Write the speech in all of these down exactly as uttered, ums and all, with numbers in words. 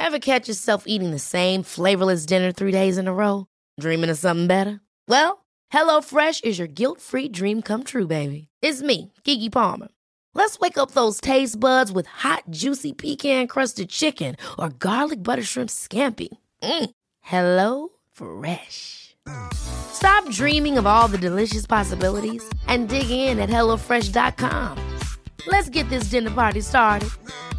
Ever catch yourself eating the same flavorless dinner three days in a row? Dreaming of something better? Well, HelloFresh is your guilt-free dream come true, baby. It's me, Keke Palmer. Let's wake up those taste buds with hot, juicy pecan-crusted chicken or garlic butter shrimp scampi. Mm. Hello Fresh. Stop dreaming of all the delicious possibilities and dig in at hello fresh dot com. Let's get this dinner party started.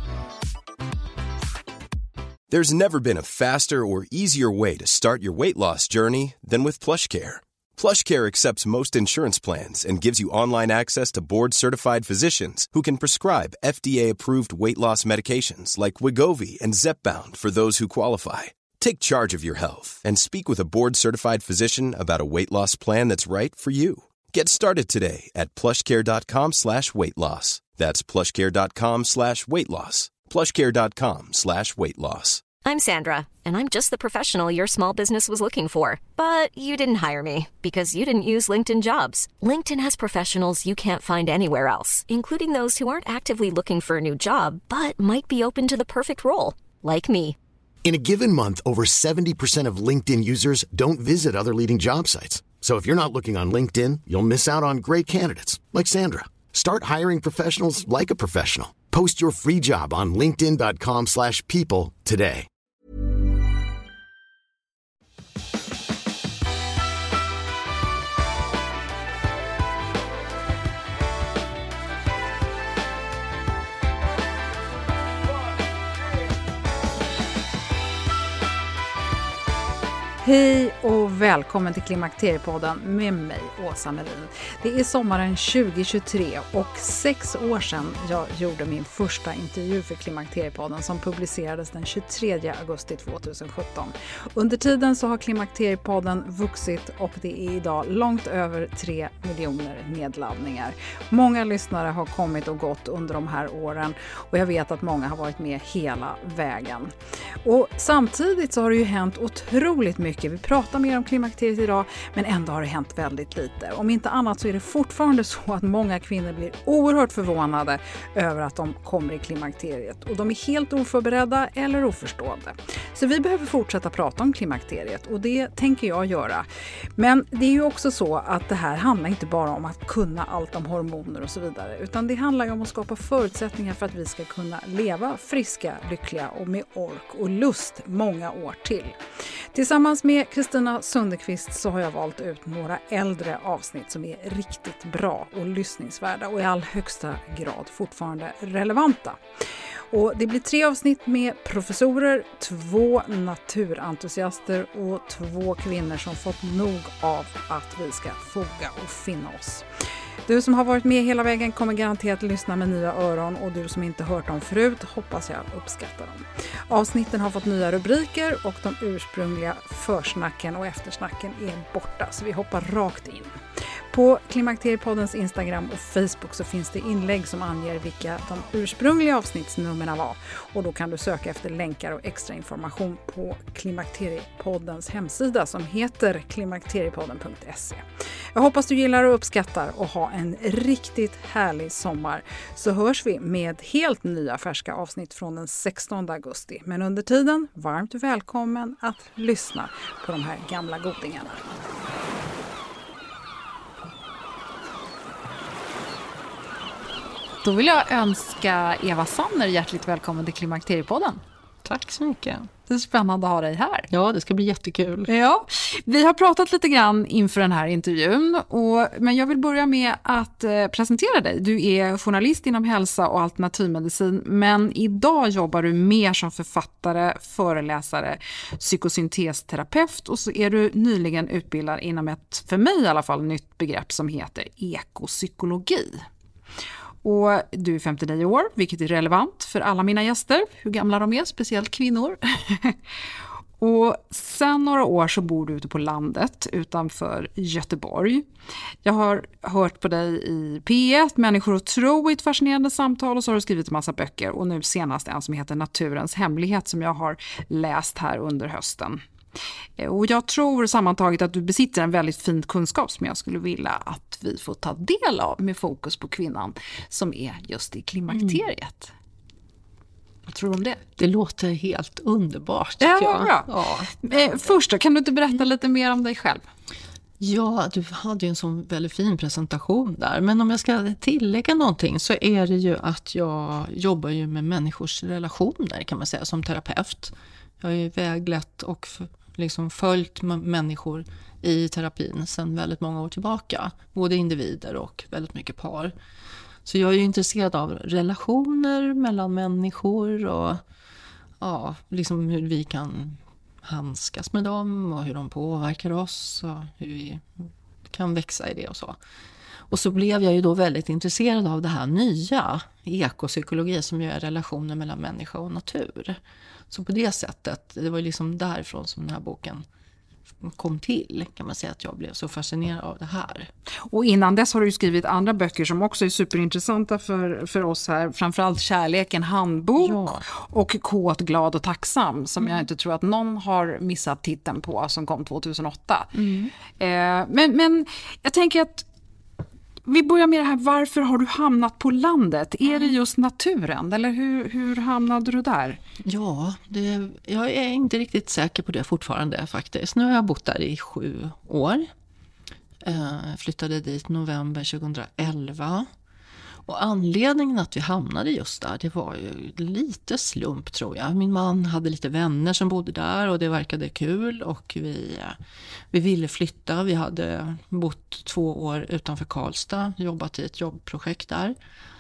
There's never been a faster or easier way to start your weight loss journey than with PlushCare. PlushCare accepts most insurance plans and gives you online access to board-certified physicians who can prescribe F D A-approved weight loss medications like Wegovy and Zepbound for those who qualify. Take charge of your health and speak with a board-certified physician about a weight loss plan that's right for you. Get started today at plushcare.com slash weight loss. That's plushcare.com slash weight loss. plushcare.com slash weight loss. I'm Sandra, and I'm just the professional your small business was looking for. But you didn't hire me because you didn't use LinkedIn Jobs. LinkedIn has professionals you can't find anywhere else, including those who aren't actively looking for a new job, but might be open to the perfect role, like me. In a given month, over seventy percent of LinkedIn users don't visit other leading job sites. So if you're not looking on LinkedIn, you'll miss out on great candidates, like Sandra. Start hiring professionals like a professional. Post your free job on linkedin.com slash people today. Hej och välkommen till Klimakteriepodden med mig, Åsa Melin. Det är sommaren tjugohundratjugotre och sex år sedan jag gjorde min första intervju för Klimakteriepodden som publicerades den tjugotredje augusti tjugohundrasjutton. Under tiden så har Klimakteriepodden vuxit och det är idag långt över tre miljoner nedladdningar. Många lyssnare har kommit och gått under de här åren och jag vet att många har varit med hela vägen. Och samtidigt så har det ju hänt otroligt mycket. Vi pratar mer om klimakteriet idag, men ändå har det hänt väldigt lite. Om inte annat så är det fortfarande så att många kvinnor blir oerhört förvånade över att de kommer i klimakteriet. Och de är helt oförberedda eller oförstående. Så vi behöver fortsätta prata om klimakteriet och det tänker jag göra. Men det är ju också så att det här handlar inte bara om att kunna allt om hormoner och så vidare. Utan det handlar ju om att skapa förutsättningar för att vi ska kunna leva friska, lyckliga och med ork och lust många år till. Tillsammans med Kristina Sundekvist så har jag valt ut några äldre avsnitt som är riktigt bra och lyssningsvärda och i all högsta grad fortfarande relevanta. Och det blir tre avsnitt med professorer, två naturentusiaster och två kvinnor som fått nog av att vi ska foga och finna oss. Du som har varit med hela vägen kommer garanterat lyssna med nya öron och du som inte hört dem förut hoppas jag uppskattar dem. Avsnitten har fått nya rubriker och de ursprungliga försnacken och eftersnacken är borta så vi hoppar rakt in. På Klimakteriepoddens Instagram och Facebook så finns det inlägg som anger vilka de ursprungliga avsnittsnummerna var och då kan du söka efter länkar och extra information på Klimakteriepoddens hemsida som heter klimakteriepodden punkt se. Jag hoppas du gillar och uppskattar och ha en riktigt härlig sommar så hörs vi med helt nya färska avsnitt från den sextonde augusti. Men under tiden, varmt välkommen att lyssna på de här gamla godingarna. Då vill jag önska Eva Sanner hjärtligt välkommen till Klimakteriepodden. Tack så mycket. Det är spännande att ha dig här. Ja, det ska bli jättekul. Ja, vi har pratat lite grann inför den här intervjun. Och, men jag vill börja med att eh, presentera dig. Du är journalist inom hälsa och alternativmedicin. Men idag jobbar du mer som författare, föreläsare, psykosyntesterapeut. Och så är du nyligen utbildad inom ett, för mig i alla fall, nytt begrepp som heter ekopsykologi. Och du är femtionio år, vilket är relevant för alla mina gäster, hur gamla de är, speciellt kvinnor. Och sen några år så bor du ute på landet utanför Göteborg. Jag har hört på dig i P ett, Människor och tro, i ett fascinerande samtal, och så har du skrivit en massa böcker. Och nu senast en som heter Naturens hemlighet som jag har läst här under hösten. Och jag tror sammantaget att du besitter en väldigt fin kunskap som jag skulle vilja att vi får ta del av med fokus på kvinnan som är just i klimakteriet. Vad tror du om det? Det låter helt underbart. Ja, jag. bra. Ja. Eh, först då, kan du inte berätta lite mer om dig själv? Ja, du hade ju en sån väldigt fin presentation där. Men om jag ska tillägga någonting så är det ju att jag jobbar ju med människors relationer kan man säga som terapeut. Jag har ju väglett och liksom följt människor i terapin sedan väldigt många år tillbaka. Både individer och väldigt mycket par. Så jag är ju intresserad av relationer mellan människor och ja, liksom hur vi kan handskas med dem och hur de påverkar oss och hur vi kan växa i det och så. Och så blev jag ju då väldigt intresserad av det här nya ekopsykologi som ju är relationer mellan människa och natur. Så på det sättet, det var ju liksom därifrån som den här boken kom till, kan man säga, att jag blev så fascinerad av det här. Och innan dess har du ju skrivit andra böcker som också är superintressanta för, för oss här. Framförallt Kärleken handbok Ja. och Kåt, glad och tacksam som mm. jag inte tror att någon har missat titeln på, som kom tjugohundraåtta. Mm. Eh, men, men jag tänker att vi börjar med det här, varför har du hamnat på landet? Är det just naturen eller hur, hur hamnade du där? Ja, det, jag är inte riktigt säker på det fortfarande faktiskt. Nu har jag bott där i sju år. Eh, flyttade dit november tjugoelva. Och anledningen att vi hamnade just där, det var ju lite slump tror jag. Min man hade lite vänner som bodde där och det verkade kul och vi, vi ville flytta. Vi hade bott två år utanför Karlstad, jobbat i ett jobbprojekt där.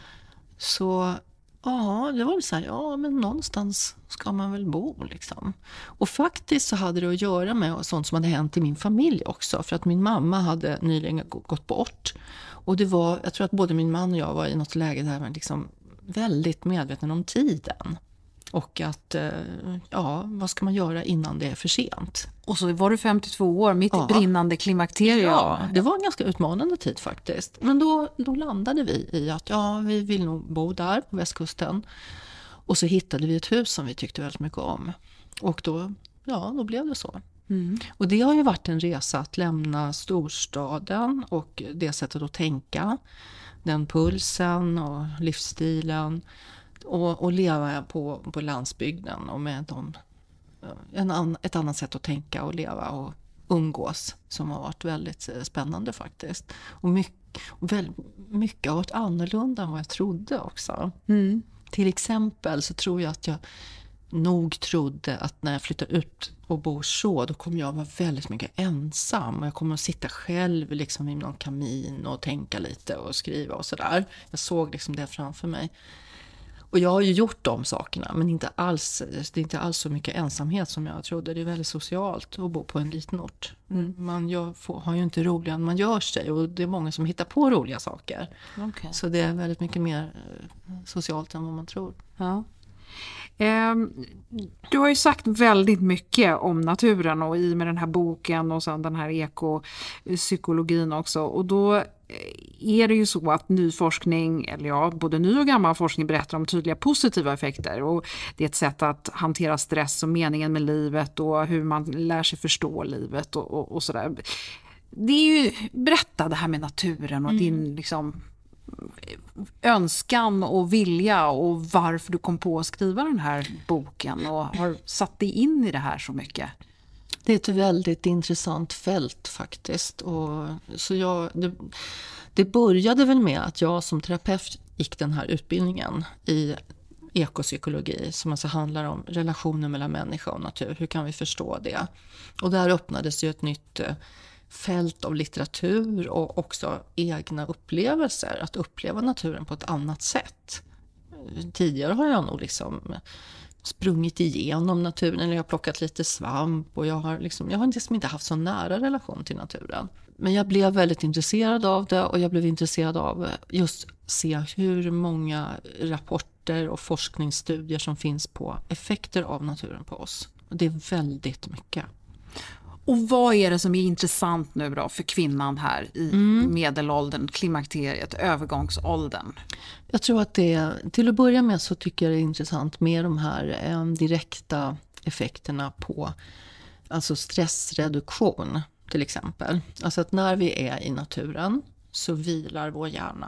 Så ja, det var så här, ja men någonstans ska man väl bo liksom. Och faktiskt så hade det att göra med sånt som hade hänt i min familj också. För att min mamma hade nyligen gått bort. Och det var, jag tror att både min man och jag var i något läge där man liksom väldigt medveten om tiden. Och att, ja, vad ska man göra innan det är för sent? Och så var du femtiotvå år, mitt ja. i brinnande klimakterium. Ja, det var en ganska utmanande tid faktiskt. Men då, då landade vi i att ja, vi vill nog bo där på västkusten. Och så hittade vi ett hus som vi tyckte väldigt mycket om. Och då, ja, då blev det så. Mm. Och det har ju varit en resa att lämna storstaden och det sättet att tänka. Den pulsen och livsstilen. Och, och leva på, på landsbygden och med dem, en an, ett annat sätt att tänka och leva och umgås som har varit väldigt spännande faktiskt. Och mycket, och väldigt, mycket har varit annorlunda än vad jag trodde också. Mm. Till exempel så tror jag att jag nog trodde att när jag flyttar ut och bor så, då kommer jag vara väldigt mycket ensam. Jag kommer att sitta själv liksom vid någon kamin och tänka lite och skriva och sådär. Jag såg liksom det framför mig. Och jag har ju gjort de sakerna, men inte alls, det är inte alls så mycket ensamhet som jag trodde. Det är väldigt socialt att bo på en liten ort. Mm. Man gör, får, har ju inte roligare än man gör sig och det är många som hittar på roliga saker. Okay. Så det är väldigt mycket mer socialt än vad man tror. Ja. Du har ju sagt väldigt mycket om naturen och i med den här boken och sen den här ekopsykologin också. Och då är det ju så att ny forskning, eller ja, både ny och gammal forskning berättar om tydliga positiva effekter. Och det är ett sätt att hantera stress och meningen med livet och hur man lär sig förstå livet och, och, och sådär. Det är ju, berätta det här med naturen och mm. din liksom önskan och vilja och varför du kom på att skriva den här boken och har satt dig in i det här så mycket. Det är ett väldigt intressant fält faktiskt. Och så jag, det, det började väl med att jag som terapeut gick den här utbildningen i ekopsykologi som alltså handlar om relationer mellan människa och natur. Hur kan vi förstå det? Och där öppnades ju ett nytt fält av litteratur och också egna upplevelser. Att uppleva naturen på ett annat sätt. Tidigare har jag nog liksom sprungit igenom naturen eller jag har plockat lite svamp och jag har, liksom, jag har liksom inte haft så nära relation till naturen. Men jag blev väldigt intresserad av det och jag blev intresserad av just se hur många rapporter och forskningsstudier som finns på effekter av naturen på oss. Och det är väldigt mycket. Och vad är det som är intressant nu då för kvinnan här i mm. medelåldern, klimakteriet, övergångsåldern? Jag tror att det, till att börja med så tycker jag det är intressant med de här eh, direkta effekterna på alltså stressreduktion till exempel. Alltså att när vi är i naturen så vilar vår hjärna.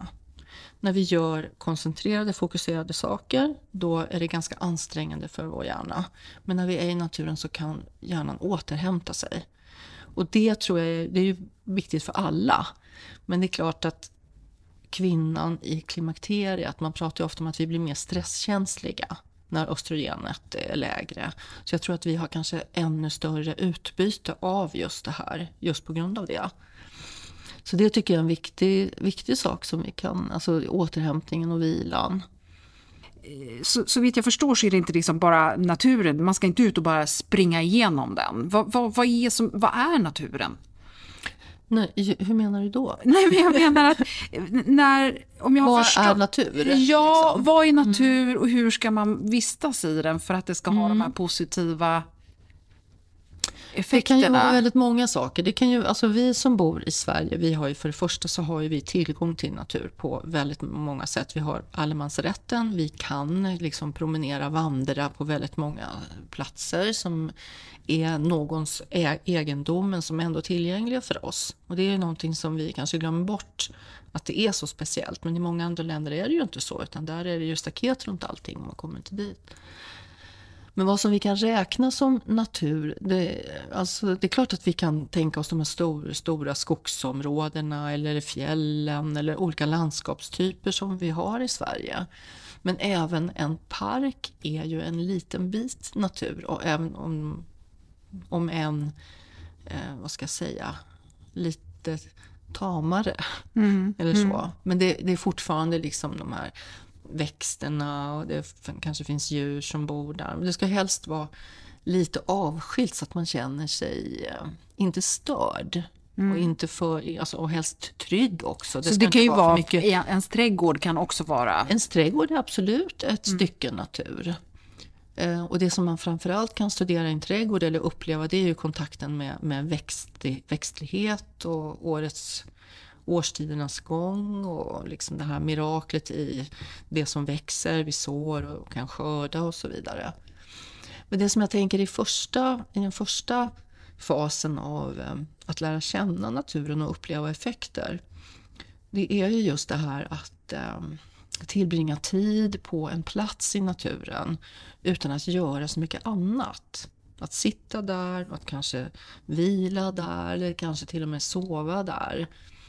När vi gör koncentrerade, fokuserade saker, då är det ganska ansträngande för vår hjärna. Men när vi är i naturen så kan hjärnan återhämta sig. Och det tror jag är, det är ju viktigt för alla. Men det är klart att kvinnan i klimakteriet, man pratar ju ofta om att vi blir mer stresskänsliga när östrogenet är lägre. Så jag tror att vi har kanske ännu större utbyte av just det här, just på grund av det. Så det tycker jag är en viktig, viktig sak som vi kan, alltså återhämtningen och vilan. Så, så vitt jag förstår så är det inte liksom bara naturen, man ska inte ut och bara springa igenom den. Vad, vad, vad, är, som, vad är naturen? Nej, hur menar du då? Nej, men jag menar att när, om jag har vad förstått, är natur? Ja, liksom? Vad är natur och hur ska man vistas i den för att det ska ha mm. de här positiva effekterna? Det kan ju vara väldigt många saker. Det kan ju, alltså vi som bor i Sverige, vi har ju för det första så har ju vi tillgång till natur på väldigt många sätt. Vi har allemansrätten, vi kan liksom promenera, vandra på väldigt många platser som är någons egendom men som är ändå tillgängliga för oss. Och det är någonting som vi kanske glömmer bort att det är så speciellt. Men i många andra länder är det ju inte så, utan där är det ju staket runt allting och man kommer inte dit. Men vad som vi kan räkna som natur, det, alltså det är klart att vi kan tänka oss de här stor, stora skogsområdena eller fjällen eller olika landskapstyper som vi har i Sverige. Men även en park är ju en liten bit natur och även om, om en, eh, vad ska jag säga, lite tamare mm. eller så. Mm. Men det, det är fortfarande liksom de här växterna och det kanske finns djur som bor där. Men det ska helst vara lite avskilt så att man känner sig eh, inte störd. Mm. Och inte för, alltså, och helst trygg också. Det så det kan ju vara, vara mycket... ens trädgård kan också vara... Ens trädgård är absolut ett mm. stycke natur. Eh, och det som man framförallt kan studera i en trädgård eller uppleva, det är ju kontakten med, med växtlig, växtlighet och årets... årstidernas gång och liksom det här miraklet i det som växer, vi sår och kan skörda och så vidare. Men det som jag tänker i, första, i den första fasen av eh, att lära känna naturen och uppleva effekter, det är ju just det här att eh, tillbringa tid på en plats i naturen utan att göra så mycket annat. Att sitta där, att kanske vila där eller kanske till och med sova där.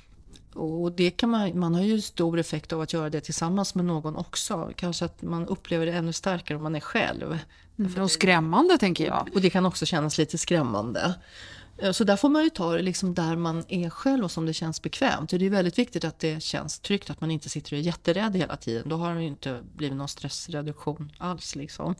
Och det kan man, man har ju stor effekt av att göra det tillsammans med någon också. Kanske att man upplever det ännu starkare om man är själv. Mm, och skrämmande tänker jag. Och det kan också kännas lite skrämmande. Så där får man ju ta det liksom där man är själv och som det känns bekvämt. Det är väldigt viktigt att det känns tryggt, att man inte sitter och är jätterädd hela tiden. Då har det ju inte blivit någon stressreduktion alls liksom.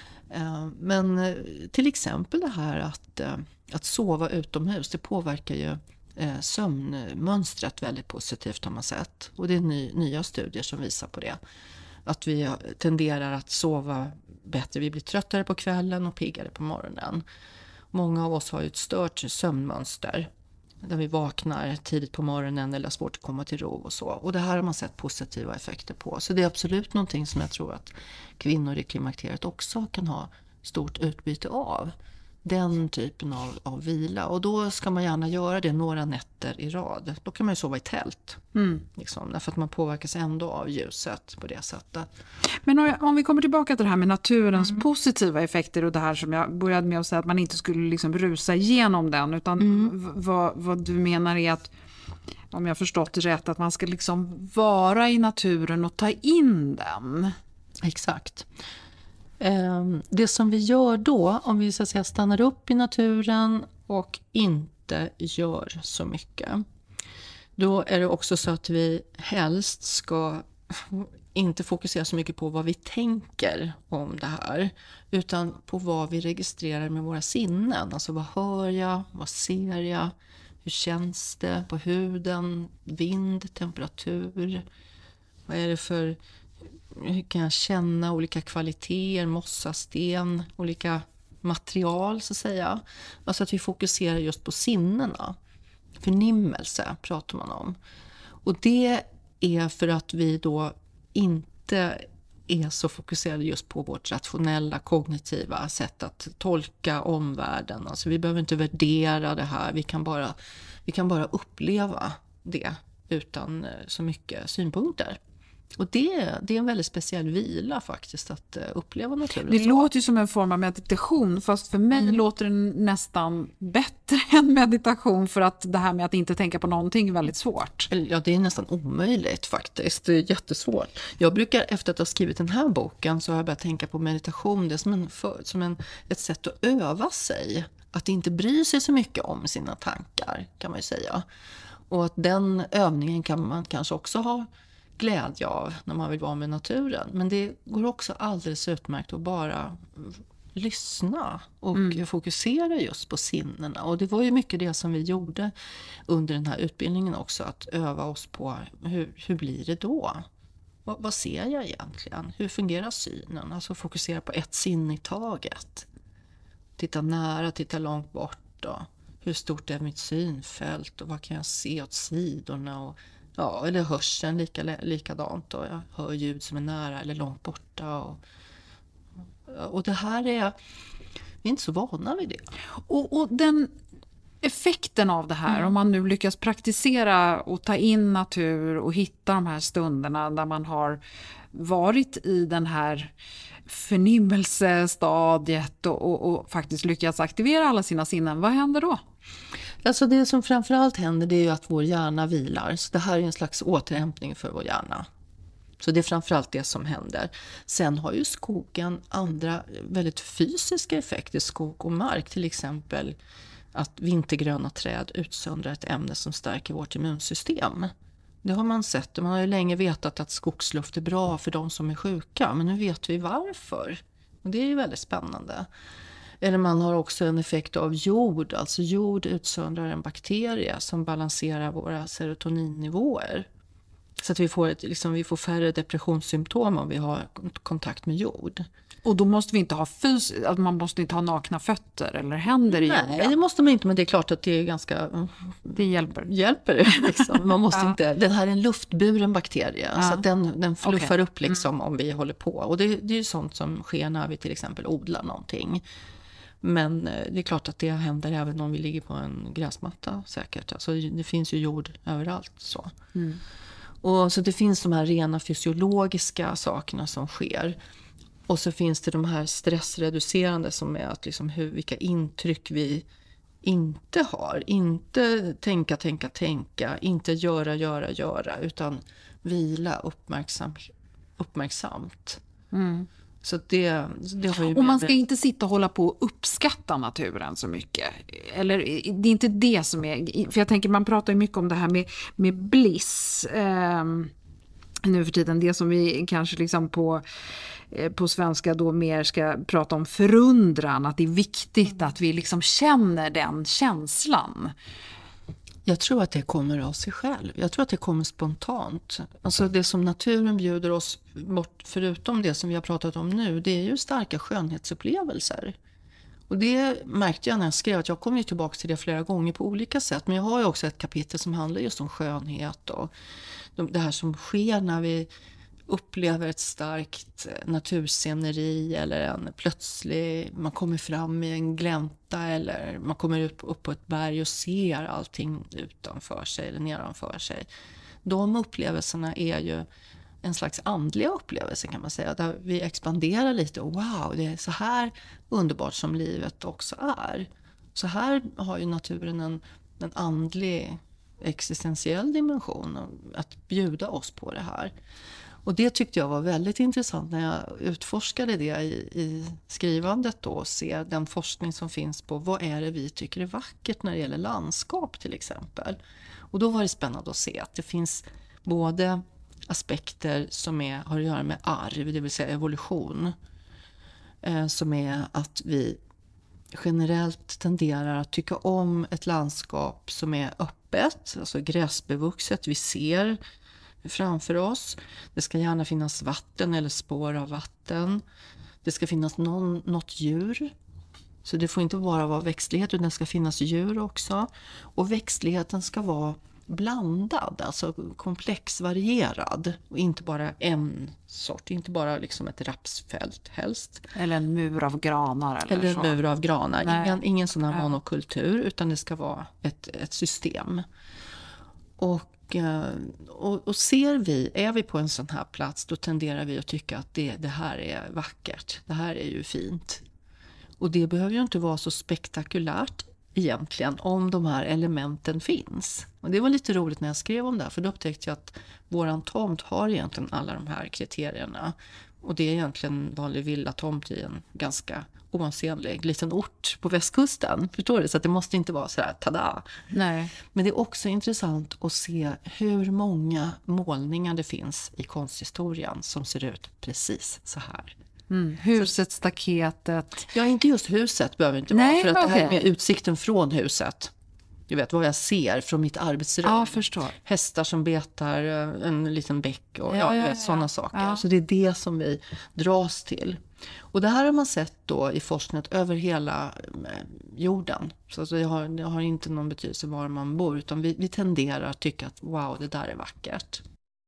Men till exempel det här att, att sova utomhus, det påverkar ju sömnmönstret väldigt positivt har man sett. Och det är ny, nya studier som visar på det. Att vi tenderar att sova bättre, vi blir tröttare på kvällen och piggare på morgonen. Många av oss har ju ett stört sömnmönster där vi vaknar tidigt på morgonen eller har svårt att komma till ro och så. Och det här har man sett positiva effekter på. Så det är absolut någonting som jag tror att kvinnor i klimakteriet också kan ha stort utbyte av. Den typen av, av vila. Och då ska man gärna göra det några nätter i rad. Då kan man ju sova i tält. Mm. Liksom, därför att man påverkas ändå av ljuset på det sättet. Men om, jag, om vi kommer tillbaka till det här med naturens mm. positiva effekter och det här som jag började med att säga att man inte skulle liksom rusa igenom den. Utan mm. v- vad, vad du menar är att, om jag förstått det rätt, att man ska liksom vara i naturen och ta in den. Exakt. Det som vi gör då, om vi så att säga stannar upp i naturen och inte gör så mycket, då är det också så att vi helst ska inte fokusera så mycket på vad vi tänker om det här, utan på vad vi registrerar med våra sinnen. Alltså vad hör jag, vad ser jag, hur känns det på huden, vind, temperatur, vad är det för... Hur kan jag känna olika kvaliteter, mossa, sten, olika material så att säga. Alltså att vi fokuserar just på sinnena. Förnimmelse pratar man om. Och det är för att vi då inte är så fokuserade just på vårt rationella, kognitiva sätt att tolka omvärlden. Alltså vi behöver inte värdera det här, vi kan bara, vi kan bara uppleva det utan så mycket synpunkter. Och det, det är en väldigt speciell vila faktiskt att uh, uppleva naturen. Det låter ju som en form av meditation, fast för mig mm. låter det nästan bättre än meditation, för att det här med att inte tänka på någonting är väldigt svårt. Ja, det är nästan omöjligt faktiskt. Det är jättesvårt. Jag brukar, efter att ha skrivit den här boken, så har jag börjat tänka på meditation. Det är som, en, för, som en, ett sätt att öva sig. Att inte bry sig så mycket om sina tankar, kan man ju säga. Och att den övningen kan man kanske också ha glädje av när man vill vara med naturen. Men det går också alldeles utmärkt att bara lyssna och mm. fokusera just på sinnena. Och det var ju mycket det som vi gjorde under den här utbildningen också. Att öva oss på hur, hur blir det då? Vad, vad ser jag egentligen? Hur fungerar synen? Alltså fokusera på ett sinne i taget. Titta nära, titta långt bort då. Hur stort är mitt synfält och vad kan jag se åt sidorna? Och, ja, eller hörseln lika, likadant. Och jag hör ljud som är nära eller långt borta. Och, och det här är, vi är inte så vana vid det. Och, och den effekten av det här, mm. om man nu lyckas praktisera och ta in natur och hitta de här stunderna där man har varit i den här förnimmelsestadiet och, och, och faktiskt lyckats aktivera alla sina sinnen, vad händer då? Alltså det som framförallt händer, det är ju att vår hjärna vilar. Så det här är en slags återhämtning för vår hjärna. Så det är framförallt det som händer. Sen har ju skogen andra väldigt fysiska effekter, skog och mark. Till exempel att vintergröna träd utsöndrar ett ämne som stärker vårt immunsystem. Det har man sett. Man har ju länge vetat att skogsluft är bra för de som är sjuka. Men nu vet vi varför. Och det är ju väldigt spännande. Eller man har också en effekt av jord. Alltså jord utsöndrar en bakterie som balanserar våra serotoninnivåer. Så att vi får, ett, liksom, vi får färre depressionssymptom om vi har kontakt med jord. Och då måste vi inte ha fys- att man måste inte ha nakna fötter eller händer i jorden. Nej, det måste man inte, men det är klart att det är ganska... Det hjälper. Hjälper liksom. Man måste ja. inte... Den här är en luftburen bakterie, ja. Så att den, den fluffar okay. upp liksom mm. om vi håller på. Och det, det är ju sånt som sker när vi till exempel odlar någonting. Men det är klart att det händer även om vi ligger på en gräsmatta säkert. Alltså det finns ju jord överallt så. Mm. Och så det finns de här rena fysiologiska sakerna som sker. Och så finns det de här stressreducerande som är att liksom hur, vilka intryck vi inte har. Inte tänka, tänka, tänka. Inte göra, göra, göra. Utan vila uppmärksam, uppmärksamt. Mm. Så det, det har ju och man ska med... inte sitta och hålla på och uppskatta naturen så mycket. Eller det är inte det som är... För jag tänker, man pratar ju mycket om det här med, med bliss. Eh, nu för tiden, det som vi kanske liksom på... på svenska då mer ska prata om förundran, att det är viktigt att vi liksom känner den känslan. Jag tror att det kommer av sig själv. Jag tror att det kommer spontant. Alltså det som naturen bjuder oss bort, förutom det som vi har pratat om nu, det är ju starka skönhetsupplevelser. Och det märkte jag när jag skrev, att jag kommer ju tillbaka till det flera gånger på olika sätt. Men jag har ju också ett kapitel som handlar just om skönhet och det här som sker när vi upplever ett starkt natursceneri eller en plötslig, man kommer fram i en glänta eller man kommer upp, upp på ett berg och ser allting utanför sig eller nedanför sig. De upplevelserna är ju en slags andliga upplevelse kan man säga, där vi expanderar lite och wow, det är så här underbart som livet också är. Så här har ju naturen en, en andlig existentiell dimension att bjuda oss på det här. Och det tyckte jag var väldigt intressant när jag utforskade det i, i skrivandet då, och se den forskning som finns på vad är det vi tycker är vackert när det gäller landskap till exempel. Och då var det spännande att se att det finns både aspekter som är, har att göra med arv, det vill säga evolution, eh, som är att vi generellt tenderar att tycka om ett landskap som är öppet, alltså gräsbevuxet, vi ser framför oss. Det ska gärna finnas vatten eller spår av vatten. Det ska finnas någon, något djur. Så det får inte bara vara växtlighet, utan det ska finnas djur också. Och växtligheten ska vara blandad, alltså komplex, varierad. Och inte bara en sort, inte bara liksom ett rapsfält helst. Eller en mur av granar. Eller, eller en så. mur av granar. Ingen, ingen sån här monokultur, utan det ska vara ett, ett system. Och Och, och, och ser vi, är vi på en sån här plats, då tenderar vi att tycka att det, det här är vackert. Det här är ju fint. Och det behöver ju inte vara så spektakulärt egentligen om de här elementen finns. Och det var lite roligt när jag skrev om det här, för då upptäckte jag att våran tomt har egentligen alla de här kriterierna. Och det är egentligen vanlig villatomt i en ganska oansenlig liten ort på västkusten. Förstår du? Så att det måste inte vara så här, tada! Nej. Men det är också intressant att se hur många målningar det finns i konsthistorien som ser ut precis så här. Mm. Huset, staketet. Ja, inte just huset behöver inte Nej, vara. För att okay. det här med utsikten från huset. Du vet vad jag ser från mitt arbetsrum. Ja, förstår. Hästar som betar en liten bäck och ja, ja, ja, vet, ja. sådana saker. Ja. Så det är det som vi dras till. Och det här har man sett då i forskningen över hela jorden. Så alltså det, har, det har inte någon betydelse var man bor, utan vi, vi tenderar att tycka att wow, det där är vackert.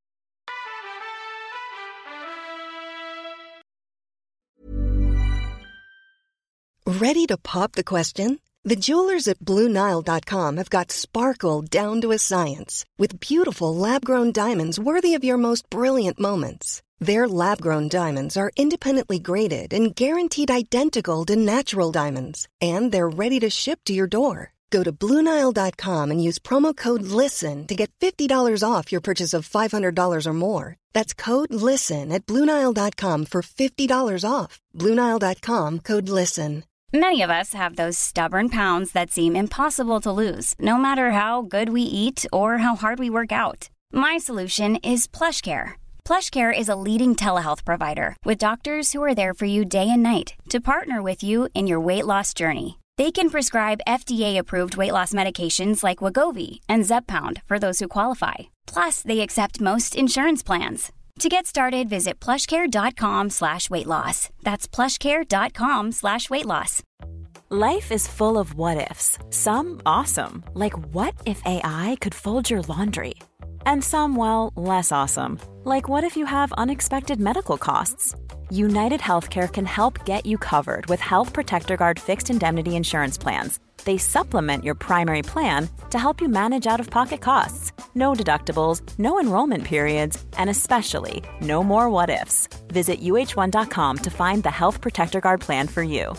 Ready to pop the question? The jewelers at Blue Nile dot com have got sparkle down to a science with beautiful lab-grown diamonds worthy of your most brilliant moments. Their lab-grown diamonds are independently graded and guaranteed identical to natural diamonds, and they're ready to ship to your door. Go to Blue Nile dot com and use promo code LISTEN to get fifty dollars off your purchase of five hundred dollars or more. That's code LISTEN at Blue Nile dot com for fifty dollars off. Blue Nile dot com, code LISTEN. Many of us have those stubborn pounds that seem impossible to lose, no matter how good we eat or how hard we work out. My solution is PlushCare. PlushCare is a leading telehealth provider with doctors who are there for you day and night to partner with you in your weight loss journey. They can prescribe F D A-approved weight loss medications like Wegovy and Zepbound for those who qualify. Plus, they accept most insurance plans. To get started, visit plushcare.com slash weight loss. That's plushcare.com slash weight loss. Life is full of what-ifs. Some awesome, like what if A I could fold your laundry? And some, well, less awesome, like what if you have unexpected medical costs? United Healthcare can help get you covered with Health Protector Guard fixed indemnity insurance plans. They supplement your primary plan to help you manage out-of-pocket costs. No deductibles, no enrollment periods, and especially no more what-ifs. Visit U H one dot com to find the Health Protector Guard plan for you.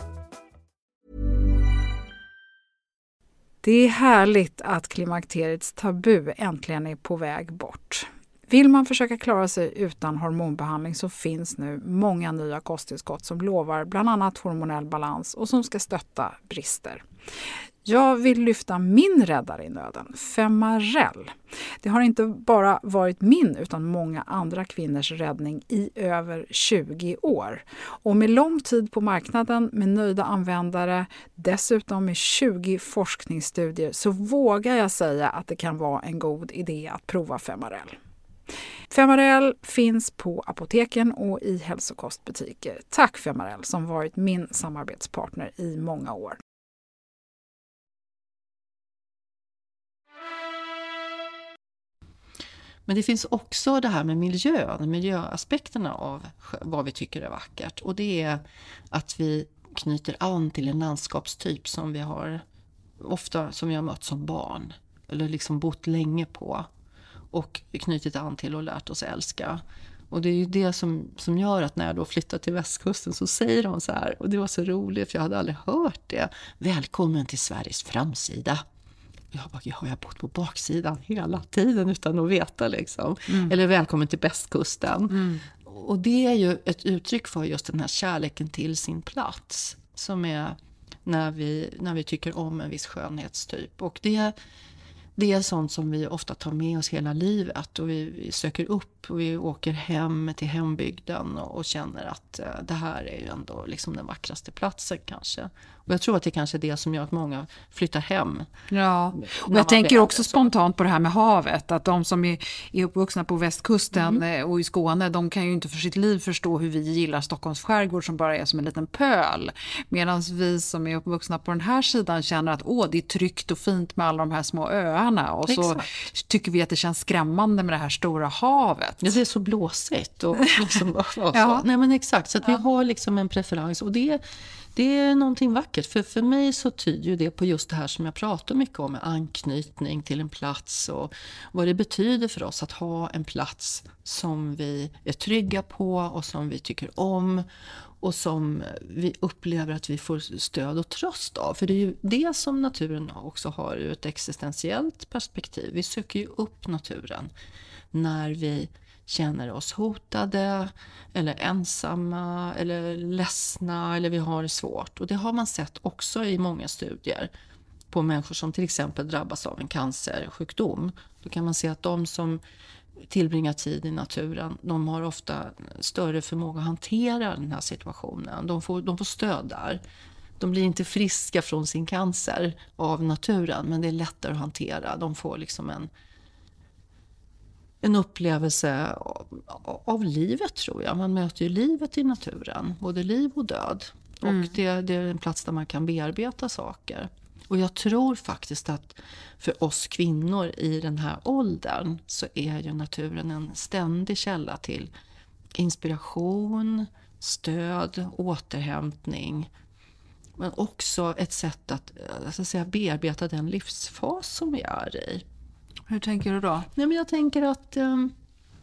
Det är härligt att klimakteriets tabu äntligen är på väg bort. Vill man försöka klara sig utan hormonbehandling så finns nu många nya kosttillskott som lovar bland annat hormonell balans och som ska stötta brister. Jag vill lyfta min räddare i nöden, Femarel. Det har inte bara varit min utan många andra kvinnors räddning i över tjugo år. Och med lång tid på marknaden, med nöjda användare, dessutom med tjugo forskningsstudier, så vågar jag säga att det kan vara en god idé att prova Femarel. Femarel finns på apoteken och i hälsokostbutiker. Tack Femarel som varit min samarbetspartner i många år. Men det finns också det här med miljön, miljöaspekterna av vad vi tycker är vackert. Och det är att vi knyter an till en landskapstyp som vi har ofta som vi har mött som barn. Eller liksom bott länge på. Och knutit an till och lärt oss älska. Och det är ju det som, som gör att när jag då flyttar till västkusten så säger de så här. Och det var så roligt för jag hade aldrig hört det. Välkommen till Sveriges framsida. Jag bara, jag har bott på baksidan hela tiden utan att veta liksom. Mm. Eller välkommen till västkusten. Mm. Och det är ju ett uttryck för just den här kärleken till sin plats. Som är när vi, när vi tycker om en viss skönhetstyp. Och det, det är sånt som vi ofta tar med oss hela livet. Och vi, vi söker upp och vi åker hem till hembygden. Och, och känner att uh, det här är ju ändå liksom den vackraste platsen kanske. Och jag tror att det kanske är det som gör att många flyttar hem. Ja, och jag tänker också spontant på det här med havet. Att de som är, är uppvuxna på västkusten mm. och i Skåne, de kan ju inte för sitt liv förstå hur vi gillar Stockholms skärgård som bara är som en liten pöl. Medan vi som är uppvuxna på den här sidan känner att åh, det är tryggt och fint med alla de här små öarna. Och så Exakt. Tycker vi att det känns skrämmande med det här stora havet. Ja, det är så blåsigt. Och, liksom, och så. Ja. Nej men exakt, så att vi ja. har liksom en preferens. Och det, det är någonting vackert vackert. För för mig så tyder ju det på just det här som jag pratar mycket om, med anknytning till en plats och vad det betyder för oss att ha en plats som vi är trygga på och som vi tycker om och som vi upplever att vi får stöd och tröst av. För det är ju det som naturen också har ur ett existentiellt perspektiv. Vi söker ju upp naturen när vi känner oss hotade eller ensamma eller ledsna eller vi har det svårt. Och det har man sett också i många studier på människor som till exempel drabbas av en cancersjukdom. Då kan man se att de som tillbringar tid i naturen, de har ofta större förmåga att hantera den här situationen. De får, de får stöd där. De blir inte friska från sin cancer av naturen, men det är lättare att hantera. De får liksom en En upplevelse av, av livet, tror jag. Man möter ju livet i naturen. Både liv och död. Mm. Och det, det är en plats där man kan bearbeta saker. Och jag tror faktiskt att för oss kvinnor i den här åldern så är ju naturen en ständig källa till inspiration, stöd, återhämtning. Men också ett sätt att, att säga, bearbeta den livsfas som vi är i. Hur tänker du då? Nej, men jag tänker att um,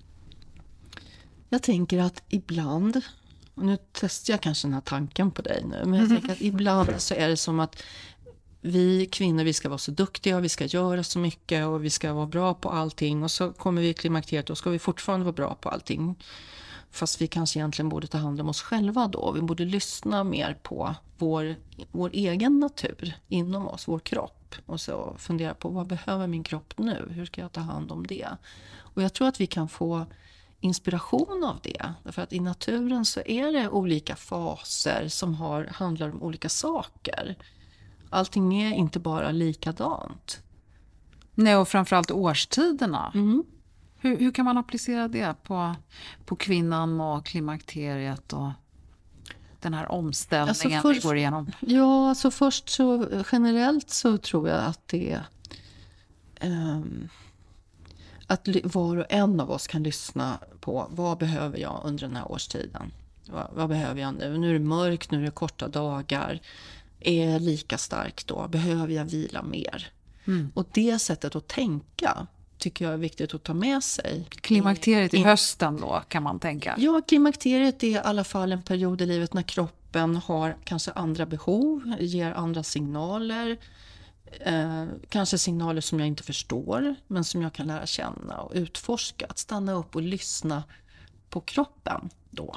jag tänker att ibland, och nu testar jag kanske den här tanken på dig nu, men jag mm. tänker att ibland så är det som att vi kvinnor, vi ska vara så duktiga och vi ska göra så mycket och vi ska vara bra på allting, och så kommer vi i klimakteriet och ska vi fortfarande vara bra på allting. Fast vi kanske egentligen borde ta hand om oss själva då. Vi borde lyssna mer på vår, vår egen natur inom oss, vår kropp. Och så fundera på, vad behöver min kropp nu? Hur ska jag ta hand om det? Och jag tror att vi kan få inspiration av det. Därför att i naturen så är det olika faser som har, handlar om olika saker. Allting är inte bara likadant. Nej, och framförallt årstiderna. Mm. Hur, hur kan man applicera det på, på kvinnan och klimakteriet och den här omställningen alltså först, vi går igenom? Ja, alltså först så generellt så tror jag att det um, att var och en av oss kan lyssna på vad behöver jag under den här årstiden? Vad, vad behöver jag nu? Nu är det mörkt, nu är det korta dagar. Är jag lika stark då? Behöver jag vila mer? Mm. Och det sättet att tänka tycker jag är viktigt att ta med sig. Klimakteriet i, i hösten då, kan man tänka? Ja, klimakteriet är i alla fall en period i livet när kroppen har kanske andra behov, ger andra signaler. Eh, kanske signaler som jag inte förstår, men som jag kan lära känna och utforska. Att stanna upp och lyssna på kroppen då.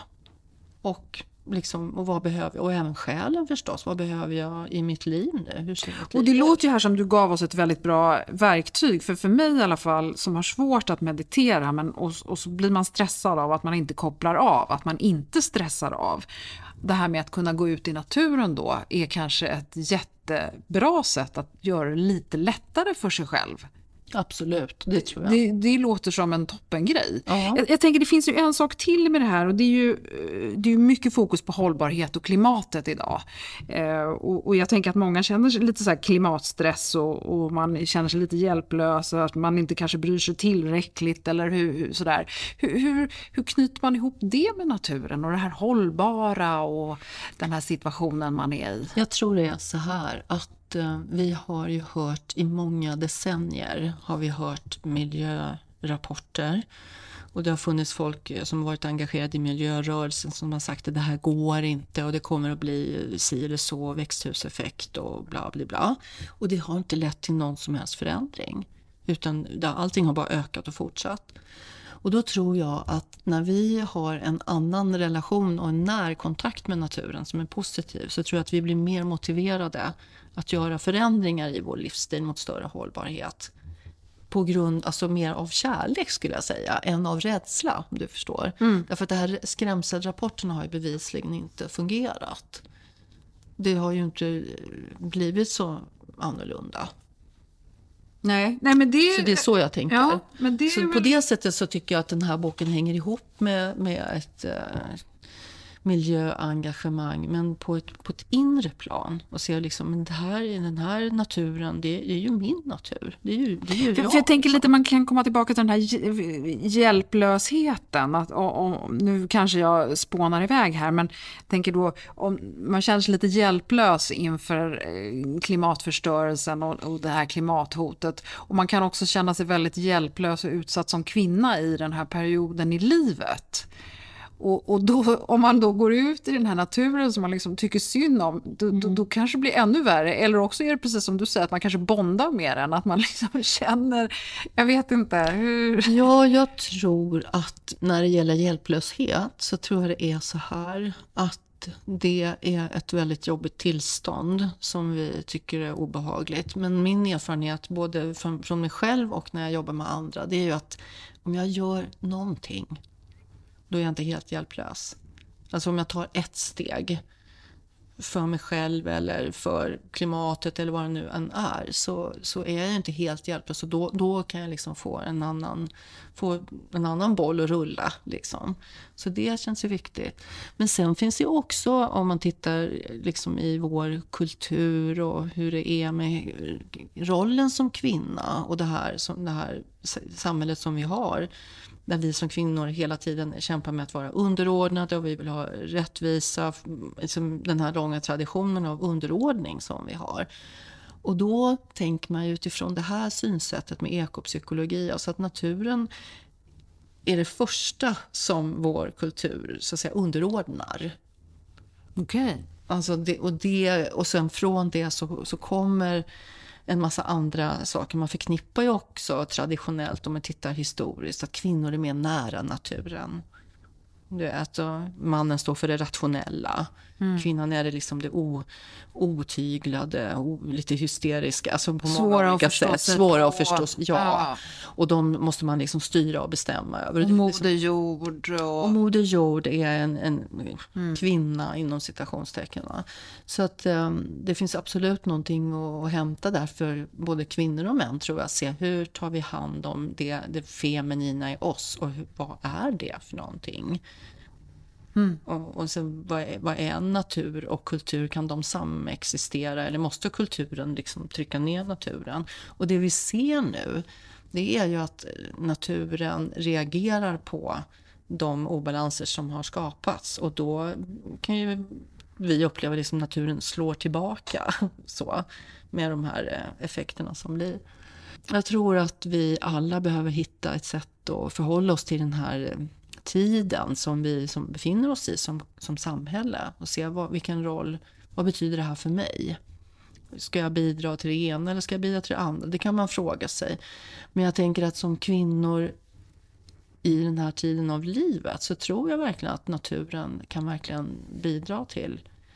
Och liksom, och vad behöver jag? Och även själen förstås. Vad behöver jag i mitt liv nu? Hur ser mitt liv och det ut? låter ju här som du gav oss ett väldigt bra verktyg. För för mig i alla fall, som har svårt att meditera, men, och, och så blir man stressad av att man inte kopplar av. Att man inte stressar av. Det här med att kunna gå ut i naturen då är kanske ett jättebra sätt att göra det lite lättare för sig själv. Absolut, det tror jag. Det, det låter som en toppengrej. Ja. Jag, jag tänker det finns ju en sak till med det här, och det är ju, det är ju mycket fokus på hållbarhet och klimatet idag. Eh, och, och jag tänker att många känner sig lite så här klimatstress och, och man känner sig lite hjälplös, att man inte kanske bryr sig tillräckligt eller hur, hur, sådär. Hur, hur, hur knyter man ihop det med naturen och det här hållbara och den här situationen man är i? Jag tror det är så här att vi har ju hört i många decennier har vi hört miljörapporter, och det har funnits folk som varit engagerade i miljörörelsen som har sagt att det här går inte och det kommer att bli si eller så, växthuseffekt och bla bla bla. Och det har inte lett till någon som helst förändring, utan allting har bara ökat och fortsatt. Och då tror jag att när vi har en annan relation och en närkontakt med naturen som är positiv, så tror jag att vi blir mer motiverade att göra förändringar i vår livsstil mot större hållbarhet. På grund, alltså mer av kärlek skulle jag säga, än av rädsla, om du förstår. Mm. Därför att det här skrämselrapporterna har ju bevisligen inte fungerat. Det har ju inte blivit så annorlunda. Nej, nej, men det... Så det är så jag tänker. Ja, men det så väl... på det sättet så tycker jag att den här boken hänger ihop med, med ett... miljöengagemang, men på ett, på ett inre plan och se liksom, men det här, den här naturen, det är ju min natur. Det är ju, det är ju för, jag. för jag tänker lite, man kan komma tillbaka till den här hjälplösheten. Att, och, och, nu kanske jag spånar iväg här, men jag tänker då, om man känner sig lite hjälplös inför klimatförstörelsen och, och det här klimathotet. Och man kan också känna sig väldigt hjälplös och utsatt som kvinna i den här perioden i livet. Och, och då, om man då går ut i den här naturen som man liksom tycker synd om, då, mm. då, då kanske det blir ännu värre. Eller också är det precis som du säger, att man kanske bondar med den, att man liksom känner, jag vet inte hur. Ja, jag tror att när det gäller hjälplöshet så tror jag det är så här att det är ett väldigt jobbigt tillstånd som vi tycker är obehagligt. Men min erfarenhet både från, från mig själv och när jag jobbar med andra, det är ju att om jag gör någonting, då är jag inte helt hjälplös. Alltså om jag tar ett steg för mig själv eller för klimatet eller vad det nu än är, så, så är jag inte helt hjälplös. Och då, då kan jag liksom få en annan, få en annan boll att rulla. Liksom. Så det känns ju viktigt. Men sen finns det också, om man tittar liksom i vår kultur och hur det är med rollen som kvinna och det här, som, det här samhället som vi har, där vi som kvinnor hela tiden kämpar med att vara underordnade och vi vill ha rättvisa, liksom den här långa traditionen av underordning som vi har. Och då tänker man utifrån det här synsättet med ekopsykologi, alltså att naturen är det första som vår kultur så att säga underordnar. Okej. Okay. Alltså det, och, det, och sen från det så, så kommer en massa andra saker. Man förknippar ju också traditionellt, om man tittar historiskt, att kvinnor är mer nära naturen. Det är att mannen står för det rationella. Mm. Kvinnan är det liksom det o, otyglade, o, lite hysteriska. Alltså på svåra många olika sätt. Svåra att förstå. Ja. ja. Och de måste man liksom styra och bestämma över. Och moder jord. Och, och moder jord är en, en mm. kvinna inom citationstecken. Va? Så att um, det finns absolut någonting att, att hämta där för både kvinnor och män, tror jag. Se hur tar vi hand om det, det feminina i oss och hur, vad är det för någonting? Mm. Och, och sen vad är, vad är natur och kultur, kan de samexistera eller måste kulturen liksom trycka ner naturen? Och det vi ser nu, det är ju att naturen reagerar på de obalanser som har skapats, och då kan ju vi uppleva liksom naturen slår tillbaka så, med de här effekterna som blir. Jag tror att vi alla behöver hitta ett sätt att förhålla oss till den här tiden som vi som befinner oss i som, som samhälle och se vad, vilken roll, vad betyder det här för mig? Ska jag bidra till det ena eller ska jag bidra till det andra? Det kan man fråga sig. Men jag tänker att som kvinnor i den här tiden av livet så tror jag verkligen att naturen kan verkligen bidra till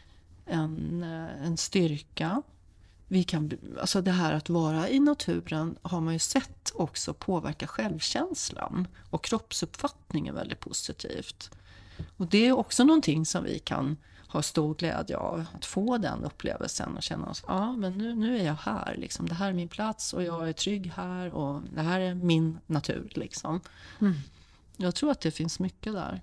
en, en styrka. Vi kan, alltså det här att vara i naturen har man ju sett också påverka självkänslan och kroppsuppfattningen väldigt positivt. Och det är också någonting som vi kan ha stor glädje av, att få den upplevelsen och känna oss, ja men nu, nu är jag här, liksom. Det här är min plats och jag är trygg här och det här är min natur. Liksom. Mm. Jag tror att det finns mycket där.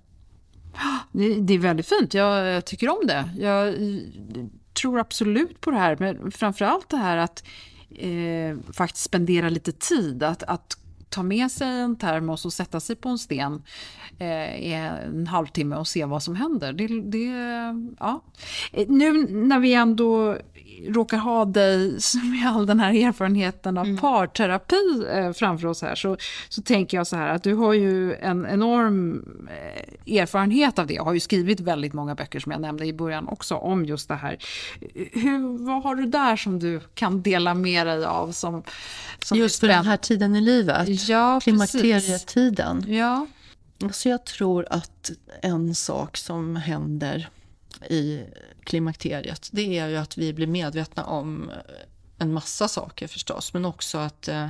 Det, det är väldigt fint, jag, jag tycker om det. Jag tror absolut på det här, men framförallt det här att eh, faktiskt spendera lite tid, att, att ta med sig en termos och sätta sig på en sten eh, en halvtimme och se vad som händer. Det, det, ja. Nu när vi ändå råkar ha dig med all den här erfarenheten av mm. parterapi eh, framför oss här, så, så tänker jag så här att du har ju en enorm eh, erfarenhet av det. Jag har ju skrivit väldigt många böcker som jag nämnde i början också om just det här. Hur, vad har du där som du kan dela med dig av som, som just för den här tiden i livet? Ja, klimakterietiden. Ja. Alltså jag tror att en sak som händer i klimakteriet, det är ju att vi blir medvetna om en massa saker förstås, men också att eh,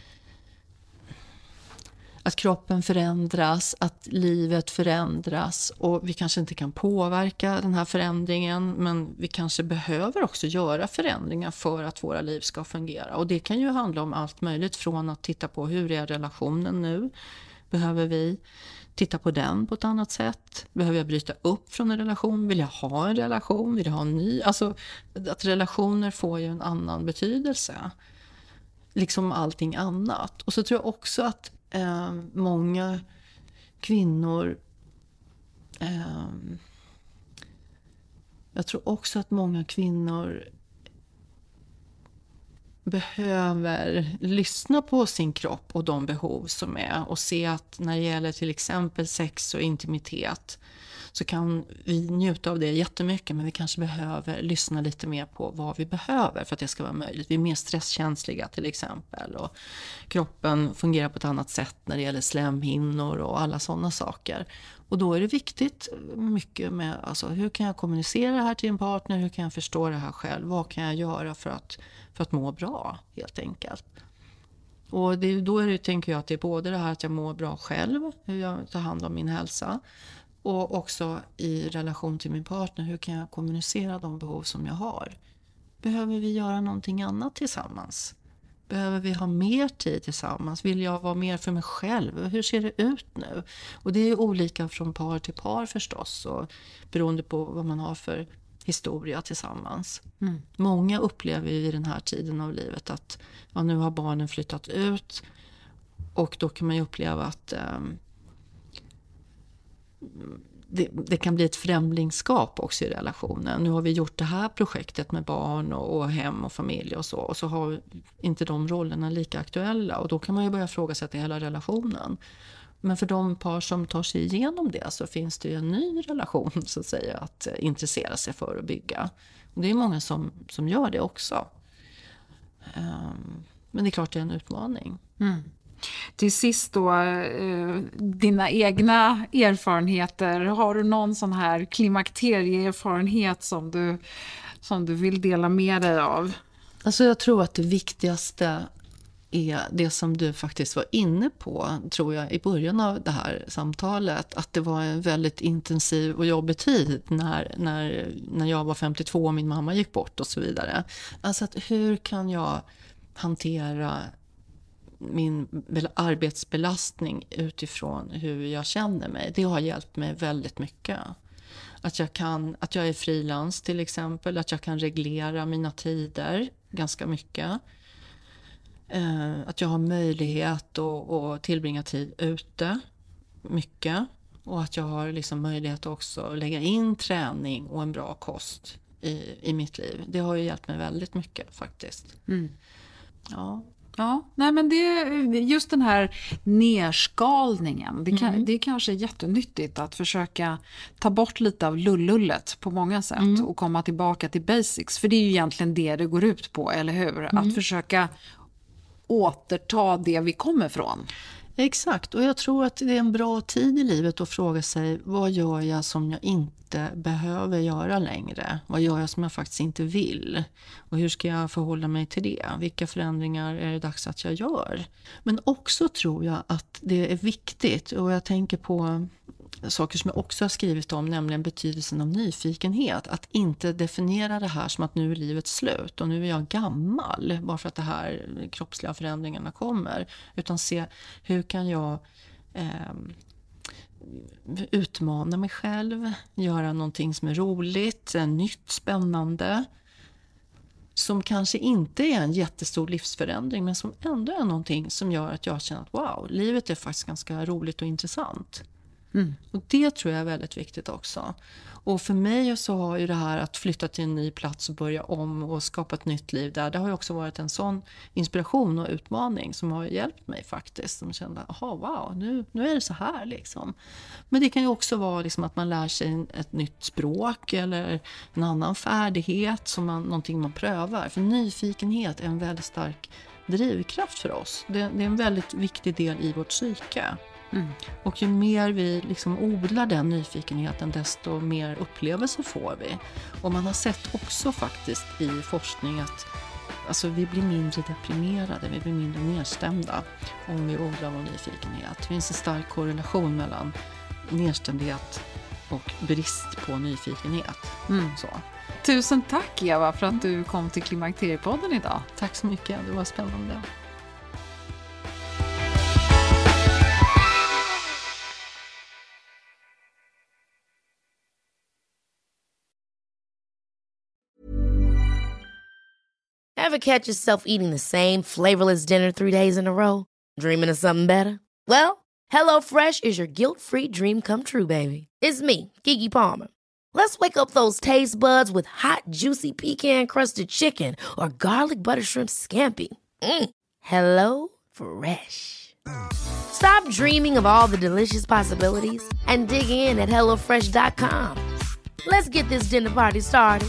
att kroppen förändras, att livet förändras, och vi kanske inte kan påverka den här förändringen, men vi kanske behöver också göra förändringar för att våra liv ska fungera. Och det kan ju handla om allt möjligt, från att titta på hur är relationen nu, Behöver vi titta på den på ett annat sätt? Behöver jag bryta upp från en relation? Vill jag ha en relation? Vill jag ha en ny? Alltså att relationer får ju en annan betydelse. Liksom allting annat. Och så tror jag också att eh, många kvinnor... Eh, jag tror också att många kvinnor behöver lyssna på sin kropp och de behov som är. Och se att när det gäller till exempel sex och intimitet så kan vi njuta av det jättemycket, men vi kanske behöver lyssna lite mer på vad vi behöver för att det ska vara möjligt. Vi är mer stresskänsliga till exempel, och kroppen fungerar på ett annat sätt när det gäller slemhinnor och alla sådana saker. Och då är det viktigt mycket med alltså, hur kan jag kommunicera det här till en partner, hur kan jag förstå det här själv, vad kan jag göra för att, för att må bra helt enkelt. Och det, då är det, tänker jag att det är både det här att jag mår bra själv, hur jag tar hand om min hälsa, och också i relation till min partner, hur kan jag kommunicera de behov som jag har. Behöver vi göra någonting annat tillsammans? Behöver vi ha mer tid tillsammans? Vill jag vara mer för mig själv? Hur ser det ut nu? Och det är olika från par till par förstås, och beroende på vad man har för historia tillsammans. Mm. Många upplever i den här tiden av livet att ja, nu har barnen flyttat ut, och då kan man ju uppleva att um, det, det kan bli ett främlingskap också i relationen. Nu har vi gjort det här projektet med barn och, och hem och familj och så, och så har inte de rollerna lika aktuella, och då kan man ju börja fråga sig till hela relationen. Men för de par som tar sig igenom det så finns det ju en ny relation så att säga att intressera sig för att bygga. Och det är många som, som gör det också. Um, men det är klart det är en utmaning. Mm. Till sist då, eh, dina egna erfarenheter. Har du någon sån här klimakterieerfarenhet som du, som du vill dela med dig av? Alltså jag tror att det viktigaste är det som du faktiskt var inne på, tror jag, i början av det här samtalet. Att det var en väldigt intensiv och jobbig tid när, när, när jag var femtiotvå och min mamma gick bort och så vidare. Alltså att hur kan jag hantera min arbetsbelastning utifrån hur jag känner mig. Det har hjälpt mig väldigt mycket. Att jag, kan, att jag är frilans till exempel, att jag kan reglera mina tider ganska mycket. Att jag har möjlighet att, att tillbringa tid ute mycket. Och att jag har liksom möjlighet också att lägga in träning och en bra kost i, i mitt liv. Det har ju hjälpt mig väldigt mycket faktiskt. Mm. Ja. Ja, nej men det, just den här nerskalningen, det, kan, mm. det är kanske jättenyttigt att försöka ta bort lite av lullullet på många sätt mm. och komma tillbaka till basics. För det är ju egentligen det det går ut på, eller hur? Mm. Att försöka återta det vi kommer från. Exakt, och jag tror att det är en bra tid i livet att fråga sig, vad gör jag som jag inte behöver göra längre? Vad gör jag som jag faktiskt inte vill? Och hur ska jag förhålla mig till det? Vilka förändringar är det dags att jag gör? Men också tror jag att det är viktigt, och jag tänker på saker som jag också har skrivit om, nämligen betydelsen av nyfikenhet. Att inte definiera det här som att nu är livet slut och nu är jag gammal bara för att det här kroppsliga förändringarna kommer. Utan se hur kan jag eh, utmana mig själv, göra någonting som är roligt, nytt, spännande. Som kanske inte är en jättestor livsförändring, men som ändå är någonting som gör att jag känner att wow, livet är faktiskt ganska roligt och intressant. Mm. Och det tror jag är väldigt viktigt också. Och för mig så har ju det här att flytta till en ny plats och börja om och skapa ett nytt liv där, det har ju också varit en sån inspiration och utmaning som har hjälpt mig faktiskt. Som kände, aha, wow, nu, nu är det så här liksom. Men det kan ju också vara liksom att man lär sig ett nytt språk eller en annan färdighet, som man, någonting man prövar. För nyfikenhet är en väldigt stark drivkraft för oss. Det, det är en väldigt viktig del i vårt psyke. Mm. Och ju mer vi liksom odlar den nyfikenheten, desto mer upplevelser får vi. Och man har sett också faktiskt i forskning att alltså, vi blir mindre deprimerade, vi blir mindre nedstämda om vi odlar vår nyfikenhet. Det finns en stark korrelation mellan nedstämdhet och brist på nyfikenhet. Mm. Så. Tusen tack Eva för att du kom till Klimakteriepodden idag. Tack så mycket, det var spännande. Ever catch yourself eating the same flavorless dinner three days in a row? Dreaming of something better? Well, HelloFresh is your guilt-free dream come true, baby. It's me, Keke Palmer. Let's wake up those taste buds with hot, juicy pecan-crusted chicken or garlic butter shrimp scampi. Mm. Hello Fresh. Stop dreaming of all the delicious possibilities and dig in at hello fresh dot com. Let's get this dinner party started.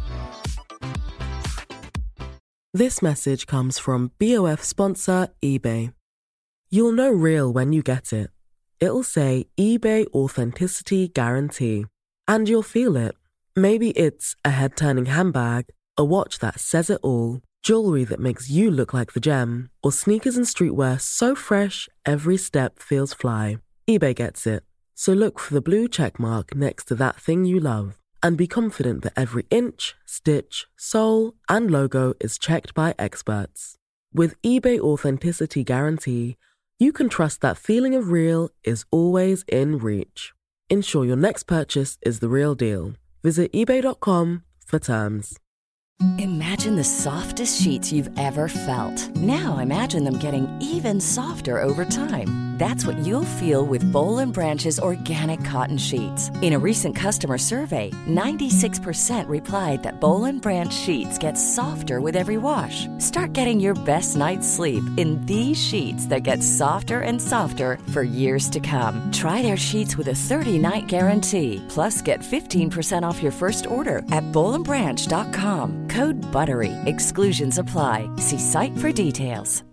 This message comes from B O F sponsor eBay. You'll know real when you get it. It'll say eBay Authenticity Guarantee. And you'll feel it. Maybe it's a head-turning handbag, a watch that says it all, jewelry that makes you look like the gem, or sneakers and streetwear so fresh every step feels fly. eBay gets it. So look for the blue check mark next to that thing you love. And be confident that every inch, stitch, sole, and logo is checked by experts. With eBay Authenticity Guarantee, you can trust that feeling of real is always in reach. Ensure your next purchase is the real deal. Visit ebay dot com for terms. Imagine the softest sheets you've ever felt. Now imagine them getting even softer over time. That's what you'll feel with Boll and Branch's organic cotton sheets. In a recent customer survey, ninety-six percent replied that Boll and Branch sheets get softer with every wash. Start getting your best night's sleep in these sheets that get softer and softer for years to come. Try their sheets with a thirty-night guarantee. Plus, get fifteen percent off your first order at boll and branch dot com. Code BUTTERY. Exclusions apply. See site for details.